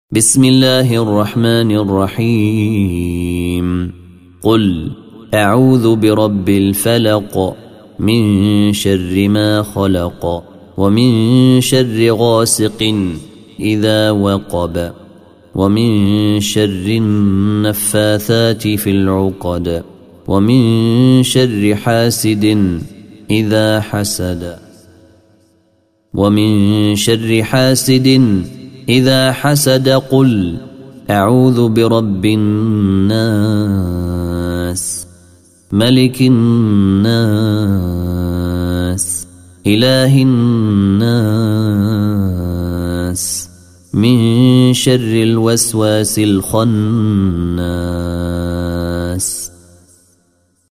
بسم الله الرحمن الرحيم. قل أعوذ برب الفلق من شر ما خلق ومن شر غاسق إذا وقب ومن شر النفاثات في العقد ومن شر حاسد إذا حسد ومن شر حاسد إذا حسد. قل أعوذ برب الناس ملك الناس إله الناس من شر الوسواس الخناس